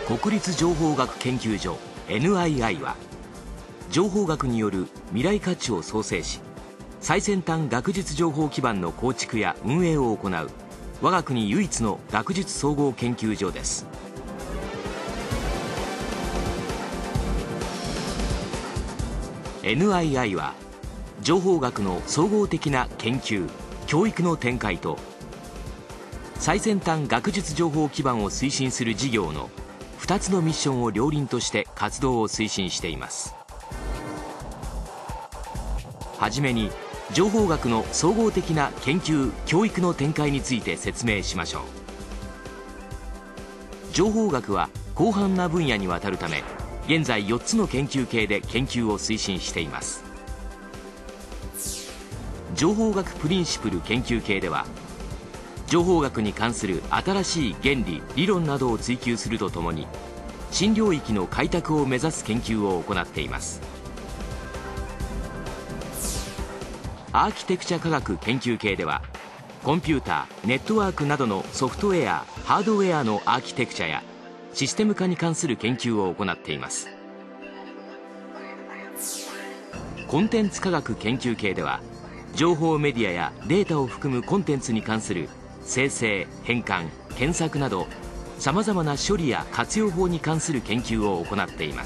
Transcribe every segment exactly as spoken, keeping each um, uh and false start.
国立情報学研究所 エヌアイアイ は情報学による未来価値を創生し、最先端学術情報基盤の構築や運営を行う我が国唯一の学術総合研究所です。エヌアイアイ は情報学の総合的な研究・教育の展開と最先端学術情報基盤を推進する事業のふたつのミッションを両輪として活動を推進しています。はじめに情報学の総合的な研究・教育の展開について説明しましょう。情報学は広範な分野にわたるため、現在よっつの研究系で研究を推進しています。情報学プリンシプル研究系では、情報学に関する新しい原理・理論などを追求するとともに、新領域の開拓を目指す研究を行っています。アーキテクチャ科学研究系では、コンピューター・ネットワークなどのソフトウェア・ハードウェアのアーキテクチャやシステム化に関する研究を行っています。コンテンツ科学研究系では、情報メディアやデータを含むコンテンツに関する生成・変換・検索など、さまざまな処理や活用法に関する研究を行っています。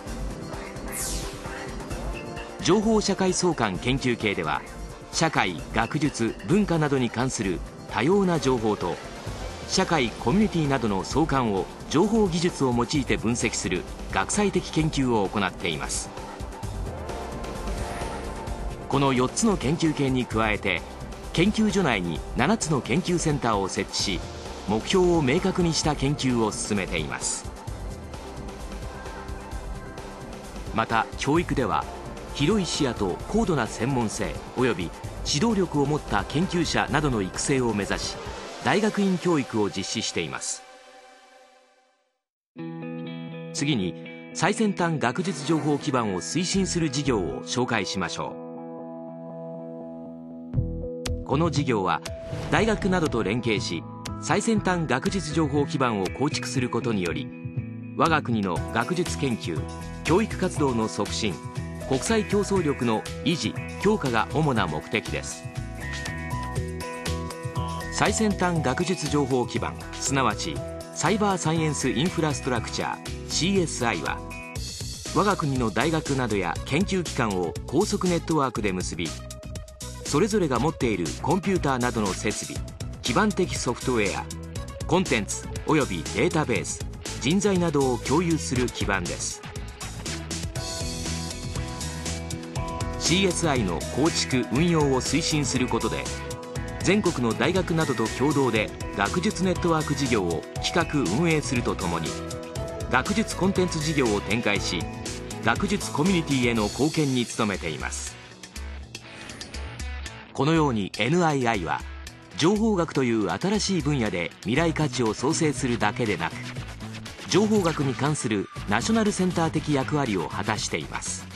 情報社会相関研究系では、社会・学術・文化などに関する多様な情報と社会・コミュニティなどの相関を情報技術を用いて分析する学際的研究を行っています。このよっつの研究系に加えて、研究所内にななつの研究センターを設置し、目標を明確にした研究を進めています。また教育では、広い視野と高度な専門性および指導力を持った研究者などの育成を目指し、大学院教育を実施しています。次に、最先端学術情報基盤を推進する事業を紹介しましょう。この事業は大学などと連携し、最先端学術情報基盤を構築することにより、我が国の学術研究・教育活動の促進、国際競争力の維持・強化が主な目的です。最先端学術情報基盤、すなわちサイバーサイエンスインフラストラクチャー シーエスアイ は、我が国の大学などや研究機関を高速ネットワークで結び、それぞれが持っているコンピューターなどの設備、基盤的ソフトウェア、コンテンツおよびデータベース、人材などを共有する基盤です。 シーエスアイ の構築・運用を推進することで、全国の大学などと共同で学術ネットワーク事業を企画・運営するとともに、学術コンテンツ事業を展開し、学術コミュニティへの貢献に努めています。このように エヌアイアイ は、情報学という新しい分野で未来価値を創生するだけでなく、情報学に関するナショナルセンター的役割を果たしています。